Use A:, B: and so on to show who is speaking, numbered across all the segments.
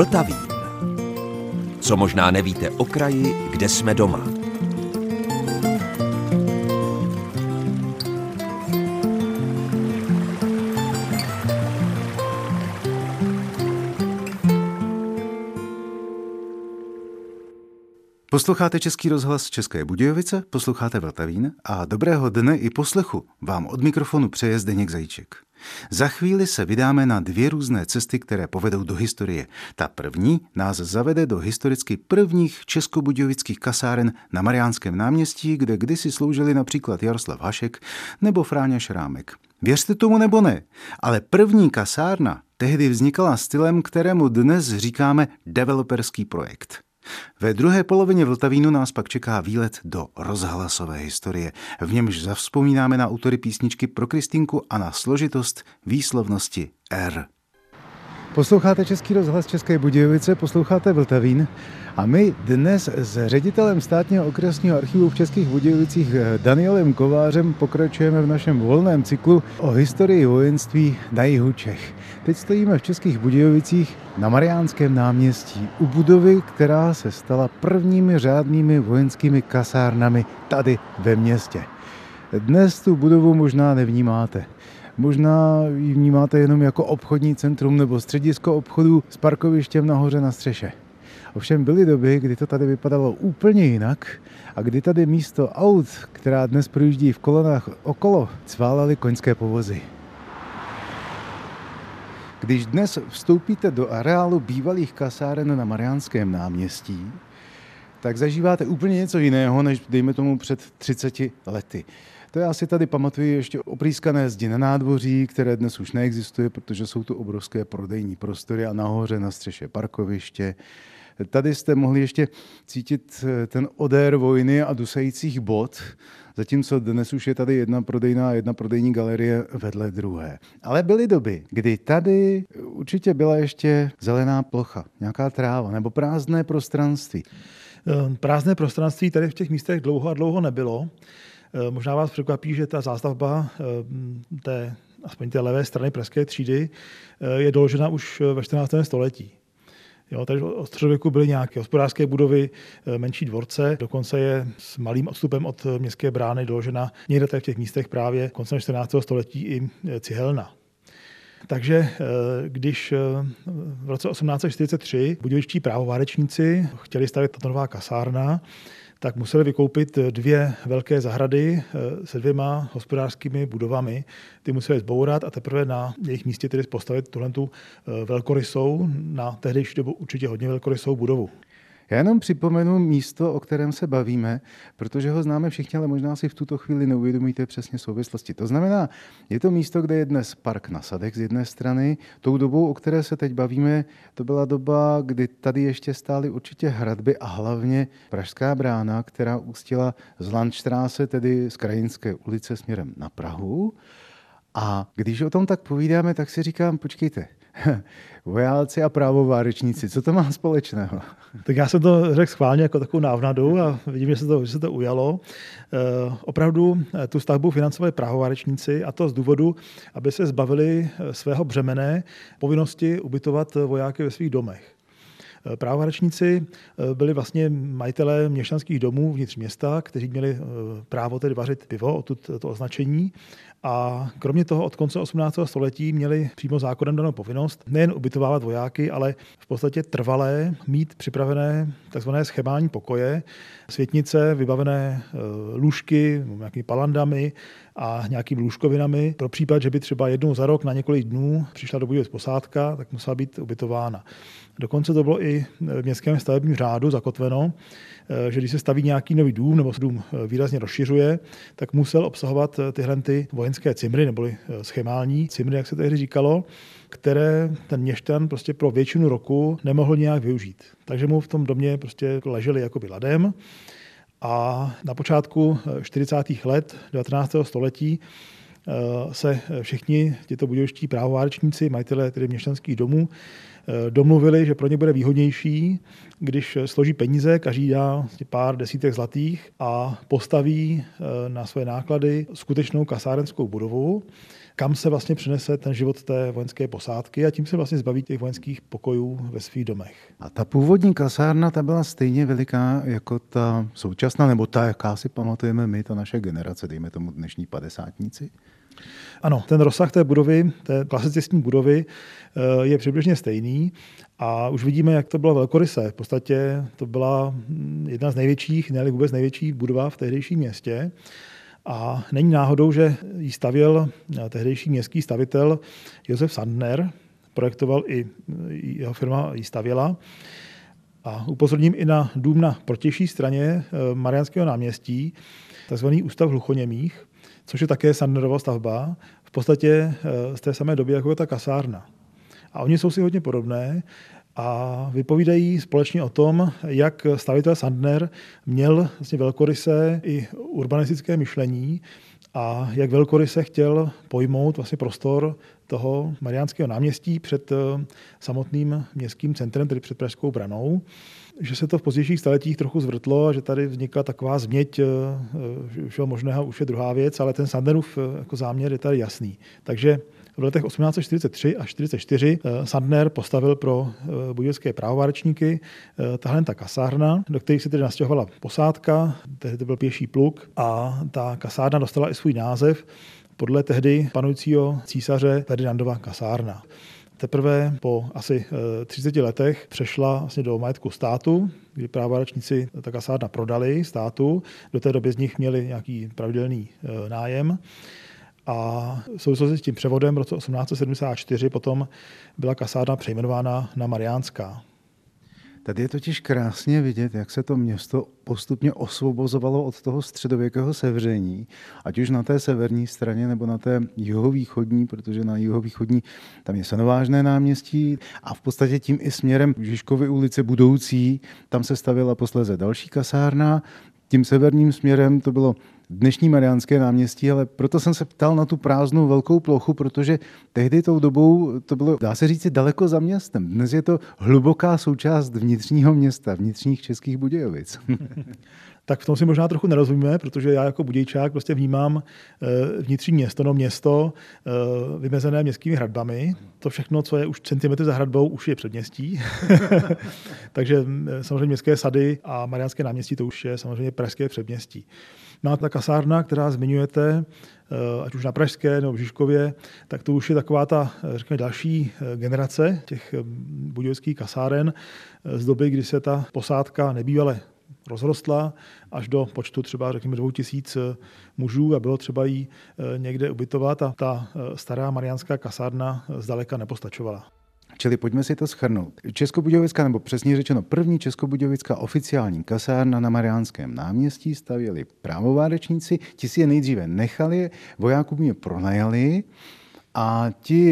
A: Vltavín. Co možná nevíte o kraji, kde jsme doma.
B: Posloucháte Český rozhlas České Budějovice, posloucháte Vltavín a dobrého dne i poslechu vám od mikrofonu přeje Zdeněk Zajíček. Za chvíli se vydáme na dvě různé cesty, které povedou do historie. Ta první nás zavede do historicky prvních českobudějovických kasáren na Mariánském náměstí, kde kdysi sloužili například Jaroslav Hašek nebo Fráňa Šrámek. Věřte tomu nebo ne, ale první kasárna tehdy vznikala stylem, kterému dnes říkáme developerský projekt. Ve druhé polovině Vltavínu nás pak čeká výlet do rozhlasové historie, v němž zavzpomínáme na autory písničky pro Kristýnku a na složitost výslovnosti R. Posloucháte Český rozhlas České Budějovice, posloucháte Vltavín a my dnes s ředitelem státního okresního archivu v Českých Budějovicích Danielem Kovářem pokračujeme v našem volném cyklu o historii vojenství na jihu Čech. Teď stojíme v Českých Budějovicích na Mariánském náměstí u budovy, která se stala prvními řádnými vojenskými kasárnami tady ve městě. Dnes tu budovu možná nevnímáte. Možná ji vnímáte jenom jako obchodní centrum nebo středisko obchodů s parkovištěm nahoře na střeše. Ovšem byly doby, kdy to tady vypadalo úplně jinak a kdy tady místo aut, která dnes projíždí v kolonách okolo, cválaly koňské povozy. Když dnes vstoupíte do areálu bývalých kasáren na Mariánském náměstí, tak zažíváte úplně něco jiného, než dejme tomu před 30 lety. To já si tady pamatuju ještě oprýskané zdi na nádvoří, které dnes už neexistuje, protože jsou tu obrovské prodejní prostory a nahoře na střeše parkoviště. Tady jste mohli ještě cítit ten odér vojny a dusajících bot, zatímco dnes už je tady jedna prodejná a jedna prodejní galerie vedle druhé. Ale byly doby, kdy tady určitě byla ještě zelená plocha, nějaká tráva nebo prázdné prostranství.
C: Prázdné prostranství tady v těch místech dlouho a dlouho nebylo. Možná vás překvapí, že ta zástavba aspoň té levé strany pražské třídy je doložena už ve 14. století. Jo, takže od středověku byly nějaké hospodářské budovy, menší dvorce, dokonce je s malým odstupem od městské brány doložena někde v těch místech právě koncem 14. století i cihelna. Takže když v roce 1843 budějovičtí právovárečníci chtěli stavět tato nová kasárna, tak museli vykoupit dvě velké zahrady se dvěma hospodářskými budovami. Ty museli zbourat a teprve na jejich místě tedy postavit tuhletu velkorysou, na tehdejší dobu určitě hodně velkorysou budovu.
B: Já jenom připomenu místo, o kterém se bavíme, protože ho známe všichni, ale možná si v tuto chvíli neuvědomíte přesně souvislosti. To znamená, je to místo, kde je dnes park na Sadech z jedné strany. Tou dobou, o které se teď bavíme, to byla doba, kdy tady ještě stály určitě hradby a hlavně Pražská brána, která ústila z Landstraße, tedy z Krajinské ulice směrem na Prahu. A když o tom tak povídáme, tak si říkám, počkejte, vojáci a právovárečníci, co to má společného?
C: Tak já jsem to řekl schválně jako takovou návnadu a vidím, že se to ujalo. Opravdu tu stavbu financovali právovárečníci a to z důvodu, aby se zbavili svého břemene povinnosti ubytovat vojáky ve svých domech. Právovárečníci byli vlastně majitelé měšťanských domů vnitř města, kteří měli právo tedy vařit pivo, odtud to označení. A kromě toho od konce 18. století měli přímo zákonem danou povinnost nejen ubytovávat vojáky, ale v podstatě trvalé mít připravené takzvané schemální pokoje, světnice vybavené lůžky, nějakými palandami a nějakými lůžkovinami. Pro případ, že by třeba jednou za rok na několik dnů přišla do Budějovic posádka, tak musela být ubytována. Dokonce to bylo i v městském stavebním řádu zakotveno, že když se staví nějaký nový dům nebo se dům výrazně rozšiřuje, tak musel obsahovat tyhle vojenské cimry, neboli schemální cimry, jak se tehdy říkalo, které ten měšťan prostě pro většinu roku nemohl nějak využít. Takže mu v tom domě prostě leželi jakoby ladem. A na počátku 40. let 19. století se všichni tyto budějovičtí právovárečníci, majitelé tedy měšťanských domů, domluvili, že pro ně bude výhodnější, když složí peníze, každý dá pár desítek zlatých a postaví na své náklady skutečnou kasárenskou budovu, kam se vlastně přinese ten život té vojenské posádky a tím se vlastně zbaví těch vojenských pokojů ve svých domech.
B: A ta původní kasárna, ta byla stejně veliká jako ta současná, nebo ta, jaká si pamatujeme my, ta naše generace, dejme tomu dnešní padesátníci?
C: Ano, ten rozsah té budovy, té klasicistní budovy je přibližně stejný a už vidíme, jak to bylo velkorysé. V podstatě to byla jedna z největších, ne vůbec největší budova v tehdejším městě. A není náhodou, že ji stavěl tehdejší městský stavitel Josef Sandner, projektoval i jeho firma ji stavěla. A upozorním i na dům na protější straně Mariánského náměstí, takzvaný Ústav hluchoněmých, což je také Sandnerova stavba, v podstatě z té samé doby jako ta kasárna. A oni jsou si hodně podobné a vypovídají společně o tom, jak stavitel Sandner měl vlastně velkorysé i urbanistické myšlení a jak velkoryse chtěl pojmout vlastně prostor toho Mariánského náměstí před samotným městským centrem, tedy před Pražskou branou. Že se to v pozdějších staletích trochu zvrtlo a že tady vznikla taková změť všeho možného, už je druhá věc, ale ten Sandnerův jako záměr je tady jasný. Takže v letech 1843 až 1844 Sandner postavil pro budějovické právovárečníky tahle kasárna, do které se tedy nastěhovala posádka, tehdy to byl pěší pluk a ta kasárna dostala i svůj název podle tehdy panujícího císaře Ferdinandova kasárna. Teprve po asi 30 letech přešla vlastně do majetku státu, kdy právovárečníci ta kasárna prodali státu, do té doby z nich měli nějaký pravidelný nájem. A v souvislosti s tím převodem v roce 1874 potom byla kasárna přejmenována na Mariánská.
B: Tady je totiž krásně vidět, jak se to město postupně osvobozovalo od toho středověkého sevření, ať už na té severní straně nebo na té jihovýchodní, protože na jihovýchodní tam je Senovážné náměstí a v podstatě tím i směrem Žižkovy ulice budoucí, tam se stavěla posléze další kasárna, tím severním směrem to bylo dnešní Mariánské náměstí, ale proto jsem se ptal na tu prázdnou velkou plochu, protože tehdy tou dobou to bylo, dá se říct, daleko za městem. Dnes je to hluboká součást vnitřního města, vnitřních Českých Budějovic.
C: Tak v tom si možná trochu nerozumíme, protože já jako Budějčák prostě vnímám vnitřní město vymezené městskými hradbami. To všechno, co je už centimetry za hradbou, už je předměstí. Takže samozřejmě městské sady a Mariánské náměstí, to už je samozřejmě pražské předměstí. No a ta kasárna, která zmiňujete, ať už na Pražské nebo v Žižkově, tak to už je taková ta, řekněme, další generace těch budějovických kasáren z doby, kdy se ta posádka nebývale rozrostla až do počtu třeba, řekněme, 2000 mužů a bylo třeba jí někde ubytovat a ta stará mariánská kasárna zdaleka nepostačovala.
B: Čili pojďme si to shrnout. Českobudějovická, nebo přesně řečeno první českobudějovická oficiální kasárna na Mariánském náměstí stavěli právovárečníci, ti si je nejdříve nechali, vojákům je pronajali a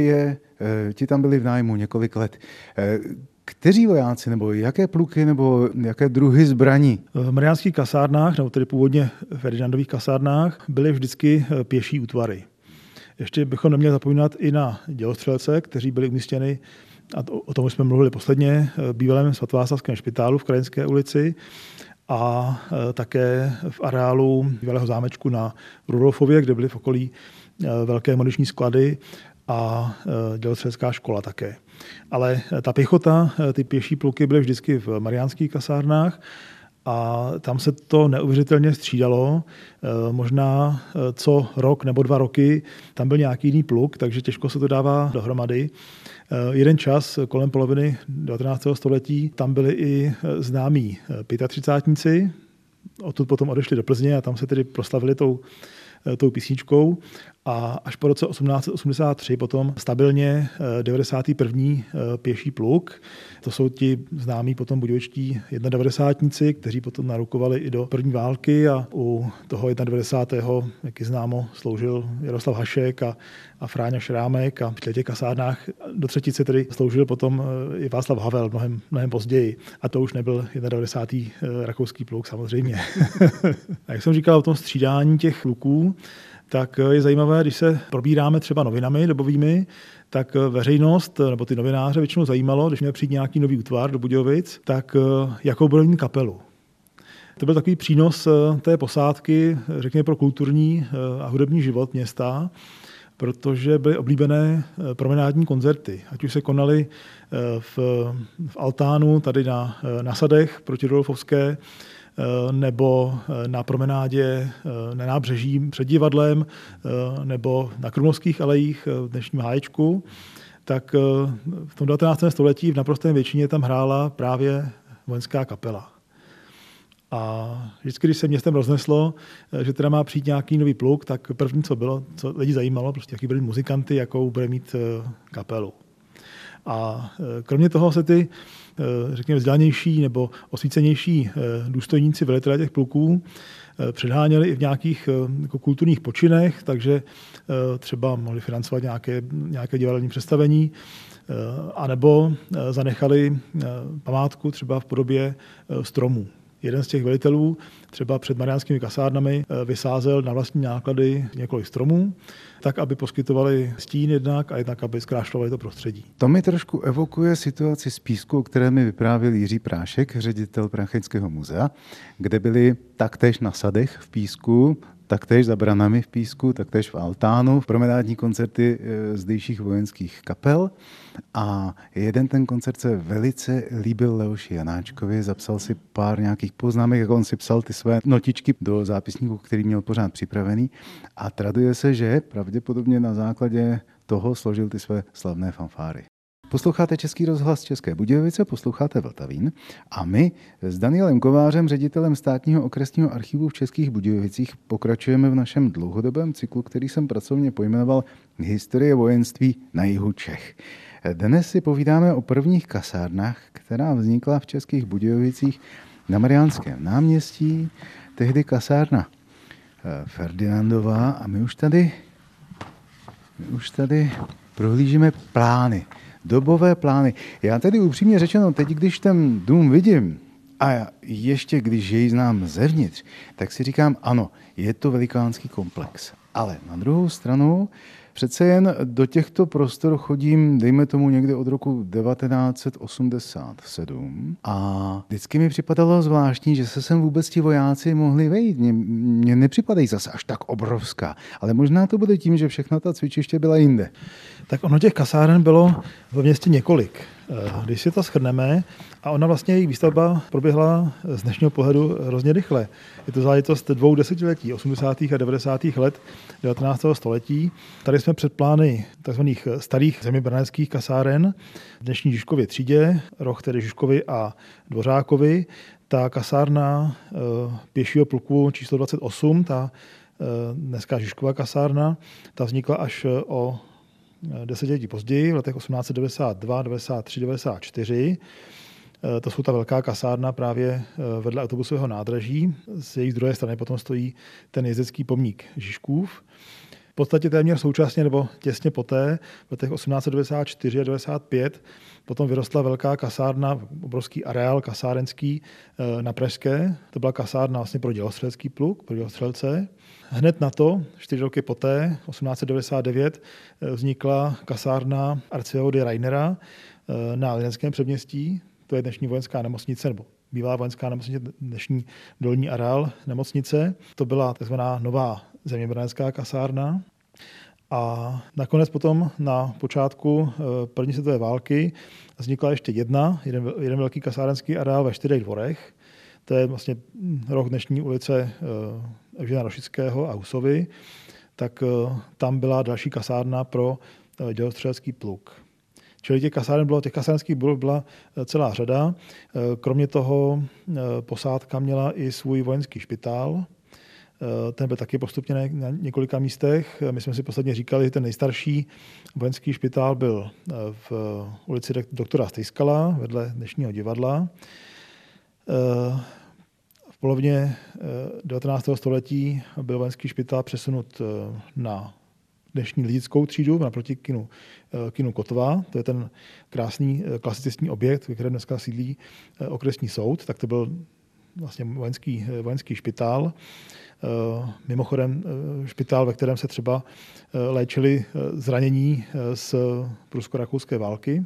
B: ti tam byli v nájmu několik let. Kteří vojáci, nebo jaké pluky, nebo jaké druhy zbraní?
C: V mariánských kasárnách, nebo tedy původně v Ferdinandových kasárnách, byly vždycky pěší útvary. Ještě bychom neměli zapomínat i na dělostřelce, kteří byli umístěni, a o tom jsme mluvili posledně, v bývalém svatovláclavském špitálu v Krajinské ulici a také v areálu bývalého zámečku na Rudolfově, kde byly v okolí velké muniční sklady a dělostřelecká škola také. Ale ta pěchota, ty pěší pluky byly vždycky v mariánských kasárnách a tam se to neuvěřitelně střídalo. Možná co rok nebo 2 roky tam byl nějaký jiný pluk, takže těžko se to dává dohromady. Jeden čas kolem poloviny 19. století tam byli i známí 35. Odtud potom odešli do Plzně a tam se tedy proslavili tou písničkou a až po roce 1883 potom stabilně 91. pěší pluk. To jsou ti známí potom budějovičtí 91, kteří potom narukovali i do první války a u toho 91. jak je známo, sloužil Jaroslav Hašek a Fráňa Šrámek a v těch kasárnách do třetice tedy sloužil potom i Václav Havel mnohem později. A to už nebyl 91. rakouský pluk samozřejmě. A jak jsem říkal o tom střídání těch pluků, tak je zajímavé, když se probíráme třeba novinami dobovými, tak veřejnost nebo ty novináře většinou zajímalo, když měl přijít nějaký nový útvar do Budějovic, tak jakou budou mít kapelu. To byl takový přínos té posádky, řekněme, pro kulturní a hudební život města, protože byly oblíbené promenádní koncerty. Ať už se konaly v altánu, tady na Sadech proti Rudolfovské, nebo na promenádě na nábřeží před divadlem, nebo na Krumlovských alejích v dnešním Háječku, tak v tom 19. století v naprosté většině tam hrála právě vojenská kapela. A vždycky, když se městem rozneslo, že teda má přijít nějaký nový pluk, tak první, co bylo, co lidi zajímalo, prostě jaký byli muzikanty, jakou bude mít kapelu. A kromě toho se ty, řekněme, vzdělanější nebo osvícenější důstojníci velitelé těch pluků předháněli i v nějakých jako kulturních počinech, takže třeba mohli financovat nějaké divadelní představení, anebo zanechali památku třeba v podobě stromů. Jeden z těch velitelů třeba před mariánskými kasárnami vysázel na vlastní náklady několik stromů, tak, aby poskytovali stín jednak a jednak, aby zkrášlovali to prostředí.
B: To mi trošku evokuje situaci z Písku, o které mi vyprávěl Jiří Prášek, ředitel Prachaňského muzea, kde byli taktéž na Sadech v Písku, taktéž za branami v Písku, taktéž v altánu, promenádní koncerty zdejších vojenských kapel. A jeden ten koncert se velice líbil Leoši Janáčkovi, zapsal si pár nějakých poznámek, jako on si psal ty své notičky do zápisníku, který měl pořád připravený. A traduje se, že pravděpodobně na základě toho složil ty své slavné fanfáry. Posloucháte Český rozhlas České Budějovice, posloucháte Vltavín a my s Danielem Kovářem, ředitelem Státního okresního archivu v Českých Budějovicích, pokračujeme v našem dlouhodobém cyklu, který jsem pracovně pojmenoval Historie vojenství na jihu Čech. Dnes si povídáme o prvních kasárnách, která vznikla v Českých Budějovicích na Mariánském náměstí, tehdy kasárna Ferdinandová, a my už tady prohlížíme plány. Dobové plány. Já tedy upřímně řečeno, teď když ten dům vidím a ještě když jej znám zevnitř, tak si říkám, ano, je to velikánský komplex. Ale na druhou stranu přece jen do těchto prostor chodím, dejme tomu někde od roku 1987 a vždycky mi připadalo zvláštní, že se sem vůbec ti vojáci mohli vejít. Mně nepřipadají zase až tak obrovská, ale možná to bude tím, že všechna ta cvičiště byla jinde.
C: Tak ono těch kasáren bylo ve městě několik. Když si to shrneme, a ona vlastně její výstavba proběhla z dnešního pohledu hrozně rychle. Je to záležitost 2 desetiletí, 80. a 90. let 19. století. Tady jsme před plány tzv. Starých zeměbraneckých kasáren v dnešní Žižkově třídě, roh tedy Žižkovi a Dvořákovi. Ta kasárna pěšího pluku číslo 28, ta dneska Žižkova kasárna, ta vznikla až o 10 let později, v letech 1892, 93, 94. To jsou ta velká kasárna právě vedle autobusového nádraží. Z jejich druhé strany potom stojí ten jezdecký pomník Žižkův. V podstatě téměř současně nebo těsně poté, v letech 1894 a 95, potom vyrostla velká kasárna, obrovský areál kasárenský na Pražské. To byla kasárna vlastně pro dělostřelecký pluk, pro dělostřelce. Hned na to, 4 roky poté, 1899, vznikla kasárna arcivévody Rainera na Lineckém předměstí. To je dnešní vojenská nemocnice, nebo bývalá vojenská nemocnice, dnešní dolní areál nemocnice. To byla tzv. Nová zeměbránecká kasárna. A nakonec potom na počátku první světové války vznikla ještě jeden velký kasárenský areál ve 4 dvorech. To je vlastně roh dnešní ulice Evžena Rošického a Husovy. Tak tam byla další kasárna pro dělostřelecký pluk. Čili těch kasárenských budov byla celá řada. Kromě toho posádka měla i svůj vojenský špitál. Ten byl taky postupně na několika místech. My jsme si posledně říkali, že ten nejstarší vojenský špitál byl v ulici doktora Stejskala vedle dnešního divadla. V polovině 19. století byl vojenský špitál přesunut na dnešní Lidickou třídu naproti kinu Kotva. To je ten krásný klasicistní objekt, ve kterém dneska sídlí okresní soud. Tak to byl vlastně vojenský špitál. Mimochodem špitál, ve kterém se třeba léčili zranění z prusko-rakouské války.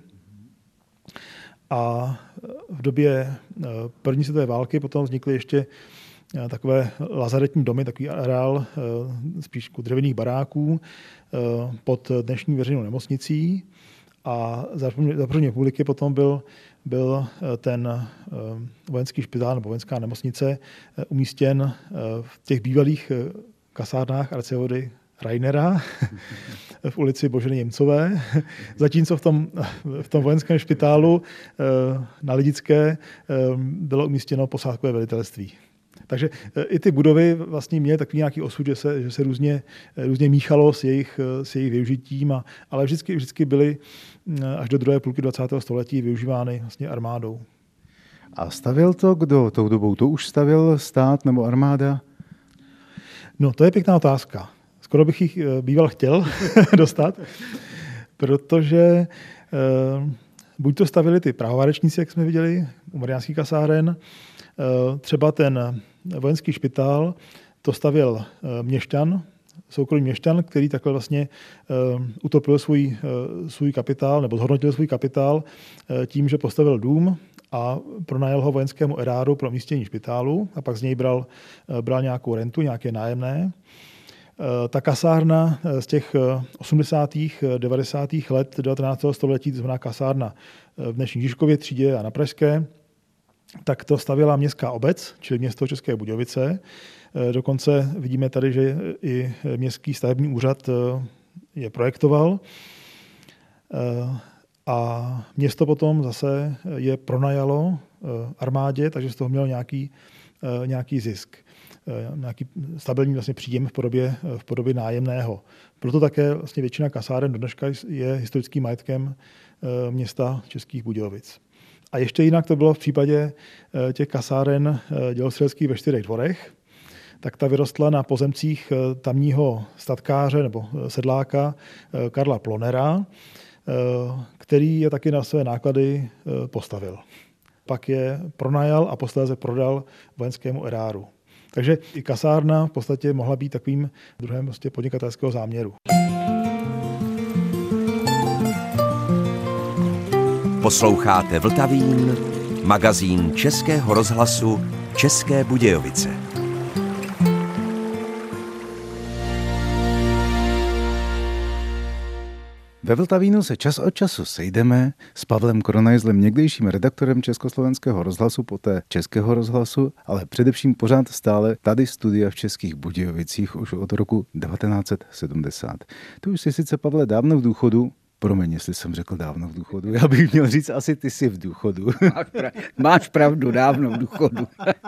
C: A v době první světové války potom vznikly ještě takové lazaretní domy, takový areál spíš dřevěných baráků pod dnešní veřejnou nemocnicí. A za první republiky potom byl ten vojenský špitál nebo vojenská nemocnice umístěn v těch bývalých kasárnách arcivévody Rainera v ulici Boženy Němcové, zatímco v tom vojenském špitálu na Lidické bylo umístěno posádkové velitelství. Takže i ty budovy vlastně měly takový nějaký osud, že se různě míchalo s jejich využitím, ale vždycky byly až do druhé půlky 20. století využívány vlastně armádou.
B: A stavěl to kdo tou dobou? To už stavěl stát nebo armáda?
C: No, to je pěkná otázka. Skoro bych jich býval chtěl dostat, protože buď to stavili ty prahovárečníci, jak jsme viděli, u Mariánských kasáren, třeba ten vojenský špitál, to stavěl měšťan, soukromý měšťan, který takhle vlastně utopil svůj kapitál, nebo zhodnotil svůj kapitál tím, že postavil dům a pronajal ho vojenskému eráru pro umístění špitálu a pak z něj bral nějakou rentu, nějaké nájemné. Ta kasárna z těch 80. 90. let 19. století, to znamená kasárna v dnešní Žižkově třídě a na Pražské, tak to stavěla městská obec, čili město České Budějovice. Dokonce vidíme tady, že i městský stavební úřad je projektoval. A město potom zase je pronajalo armádě, takže z toho mělo nějaký zisk. Nějaký stabilní vlastně příjem v podobě nájemného. Proto také vlastně většina kasáren do dneška je historickým majetkem města Českých Budějovic. A ještě jinak to bylo v případě těch kasáren dělostřeleckých ve 4 dvorech. Tak ta vyrostla na pozemcích tamního statkáře nebo sedláka Karla Plonera, který je taky na své náklady postavil. Pak je pronajal a posléze prodal vojenskému eráru. Takže i kasárna v podstatě mohla být takovým druhem prostě podnikatelského záměru.
A: Posloucháte Vltavín, magazín Českého rozhlasu České Budějovice.
B: Ve Vltavínu se čas od času sejdeme s Pavlem Koronajzlem, někdejším redaktorem Československého rozhlasu, poté Českého rozhlasu, ale především pořád stále tady studia v Českých Budějovicích už od roku 1970. Ty už jsi sice, Pavle, dávno v důchodu, promiň, jestli jsem řekl dávno v důchodu, já bych měl říct, asi ty jsi v důchodu.
D: Máš pravdu, dávno v důchodu.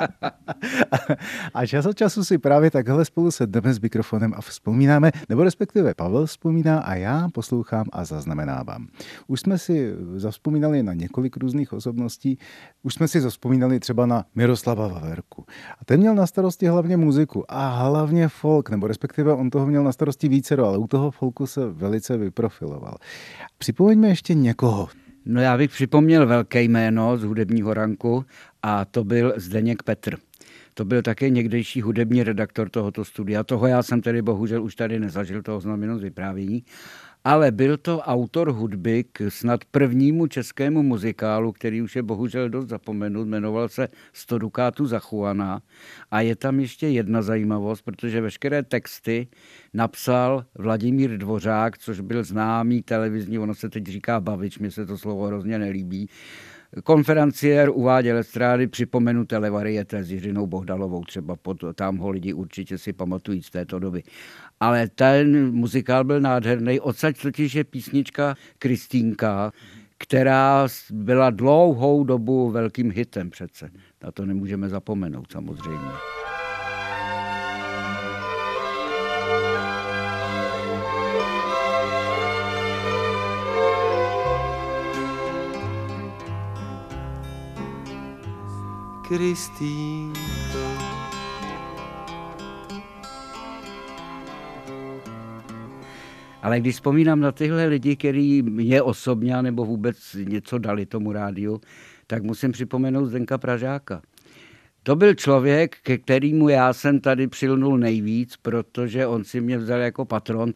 B: A čas od času si právě takhle spolu sedneme s mikrofonem a vzpomínáme, nebo respektive Pavel vzpomíná a já poslouchám a zaznamenávám. Už jsme si zavzpomínali na několik různých osobností, už jsme si zavzpomínali třeba na Miroslava Vaverku. A ten měl na starosti hlavně muziku a hlavně folk, nebo respektive on toho měl na starosti vícero, ale u toho folku se velice vyprofiloval. Připomeňme ještě někoho.
D: No já bych připomněl velké jméno z hudebního ranku a to byl Zdeněk Petr. To byl také někdejší hudební redaktor tohoto studia. Toho já jsem tedy bohužel už tady nezažil, toho znamená z vyprávění. Ale byl to autor hudby k snad prvnímu českému muzikálu, který už je bohužel dost zapomenut, jmenoval se 100 dukátů za Juana. A je tam ještě jedna zajímavost, protože veškeré texty napsal Vladimír Dvořák, což byl známý televizní, ono se teď říká bavič, mně se to slovo hrozně nelíbí. Konferenciér, uváděl estrády, připomenu televarieté s Jiřinou Bohdalovou, třeba tam ho lidi určitě si pamatují z této doby. Ale ten muzikál byl nádherný, odsaď totiž je písnička Kristýnka, která byla dlouhou dobu velkým hitem přece. Na to nemůžeme zapomenout samozřejmě.
E: Kristýnko.
D: Ale když vzpomínám na tyhle lidi, kteří mě osobně nebo vůbec něco dali tomu rádiu, tak musím připomenout Zdenka Pražáka. To byl člověk, ke kterému já jsem tady přilnul nejvíc, protože on si mě vzal jako patron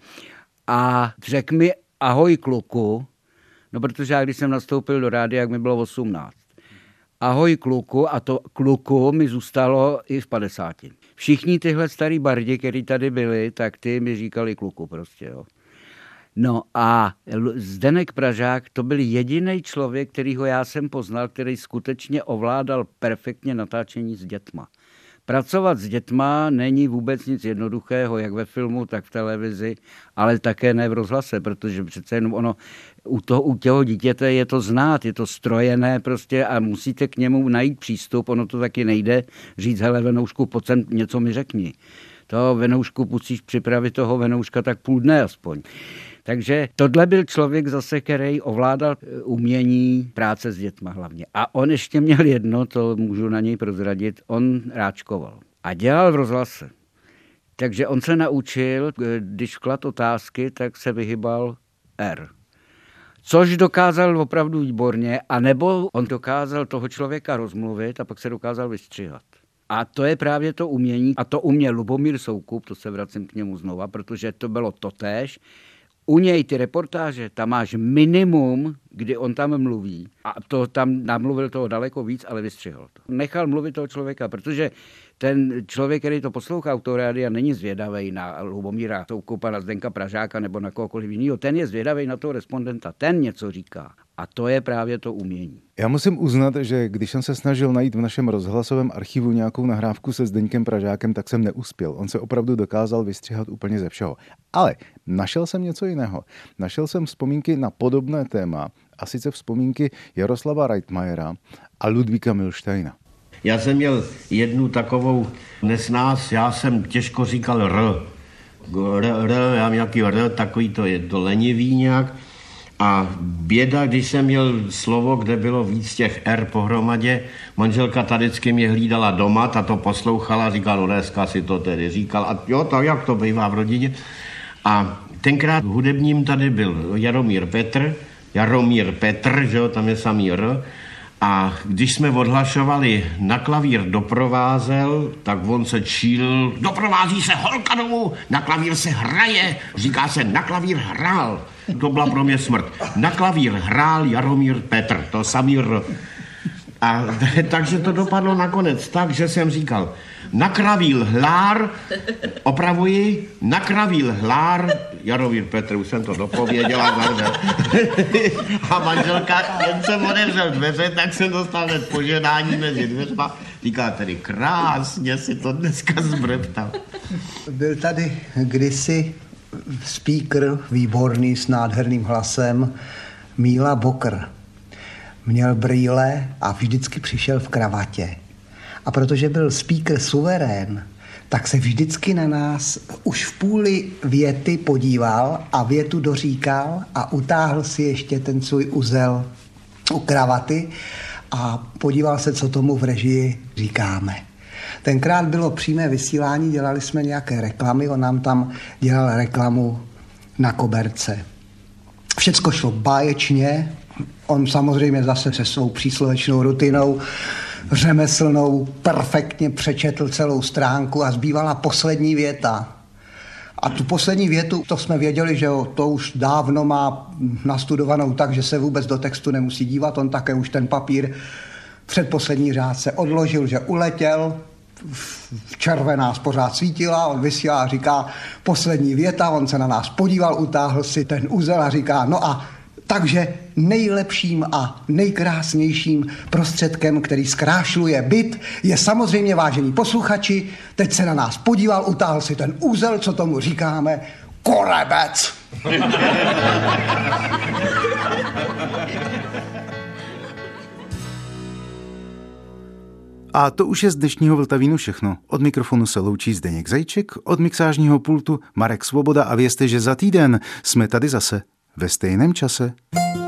D: a řekl mi ahoj kluku, no protože já když jsem nastoupil do rádia, jak mi bylo 18. Ahoj kluku, a to kluku mi zůstalo i v 50. Všichni tyhle starý bardi, kteří tady byli, tak ty mi říkali kluku prostě, jo. No a Zdeněk Pražák, to byl jediný člověk, kterýho já jsem poznal, který skutečně ovládal perfektně natáčení s dětma. Pracovat s dětma není vůbec nic jednoduchého, jak ve filmu, tak v televizi, ale také ne v rozhlase, protože přece jenom ono, u těho dítěte je to znát, je to strojené prostě a musíte k němu najít přístup, ono to taky nejde říct, hele Venoušku, pojď sem, něco mi řekni. To Venoušku, musíš připravit toho Venouška tak půl dne aspoň. Takže tohle byl člověk zase, který ovládal umění práce s dětma hlavně. A on ještě měl jedno, to můžu na něj prozradit, on ráčkoval. A dělal v rozhlase. Takže on se naučil, když klad otázky, tak se vyhybal R. Což dokázal opravdu výborně, anebo on dokázal toho člověka rozmluvit a pak se dokázal vystřihat. A to je právě to umění. A to uměl Lubomír Soukup, to se vracím k němu znova, protože to bylo totéž. U něj ty reportáže, tam máš minimum, kdy on tam mluví. A to tam namluvil toho daleko víc, ale vystřihl to. Nechal mluvit toho člověka, protože ten člověk, který to poslouchá u toho rádia, není zvědavej na Lubomíra Soukupa, na Zdenka Pražáka nebo na kohokoliv jiného. Ten je zvědavej na toho respondenta, ten něco říká. A to je právě to umění.
B: Já musím uznat, že když jsem se snažil najít v našem rozhlasovém archivu nějakou nahrávku se Zdeňkem Pražákem, tak jsem neuspěl. On se opravdu dokázal vystřihat úplně ze všeho. Ale našel jsem něco jiného. Našel jsem vzpomínky na podobné téma, a sice vzpomínky Jaroslava Reitmayera a Ludvíka Milštajna.
E: Já jsem měl jednu takovou nesnáz, já jsem těžko říkal já mám nějaký takový to je to lenivý nějak. A běda, když jsem měl slovo, kde bylo víc těch R pohromadě, manželka tady vždycky mě hlídala doma, ta to poslouchala, říkala, no dneska si to tedy říkal. A jo, tak jak to bývá v rodině. A tenkrát hudebním tady byl Jaromír Petr, že jo, tam je samý R. A když jsme odhlašovali, na klavír doprovázel, tak on se číl, doprovází se holka domů, na klavír se hraje, říká se, na klavír hrál. To byla pro mě smrt. Na klavír hrál Jaromír Petr, to samý R. A takže to dopadlo nakonec tak, že jsem říkal, na klavír hlár, opravuji, na klavír hlár, Jaromír Petr, už jsem to dopověděla, a manželka, jen jsem odevřel dveře, tak jsem dostal hned požádání mezi dveřma. Říká tedy, krásně si to dneska zbreptal.
F: Byl tady kdysi speaker výborný s nádherným hlasem Míla Bokr. Měl brýle a vždycky přišel v kravatě. A protože byl speaker suverén, tak se vždycky na nás už v půli věty podíval a větu doříkal a utáhl si ještě ten svůj uzel u kravaty a podíval se, co tomu v režii říkáme. Tenkrát bylo přímé vysílání, dělali jsme nějaké reklamy, on nám tam dělal reklamu na koberce. Všecko šlo báječně, on samozřejmě zase se svou příslovečnou rutinou řemeslnou perfektně přečetl celou stránku a zbývala poslední věta. A tu poslední větu, to jsme věděli, že to už dávno má nastudovanou tak, že se vůbec do textu nemusí dívat, on také už ten papír předposlední řádce odložil, že uletěl, červená pořád svítila, on vysílá a říká poslední věta, on se na nás podíval, utáhl si ten uzel a říká, no a takže nejlepším a nejkrásnějším prostředkem, který zkrášluje byt, je samozřejmě, vážení posluchači, teď se na nás podíval, utáhl si ten úzel, co tomu říkáme, korebec.
B: A to už je z dnešního Vltavínu všechno. Od mikrofonu se loučí Zdeněk Zajíček, od mixážního pultu Marek Svoboda a vězte, že za týden jsme tady zase ve stejném čase.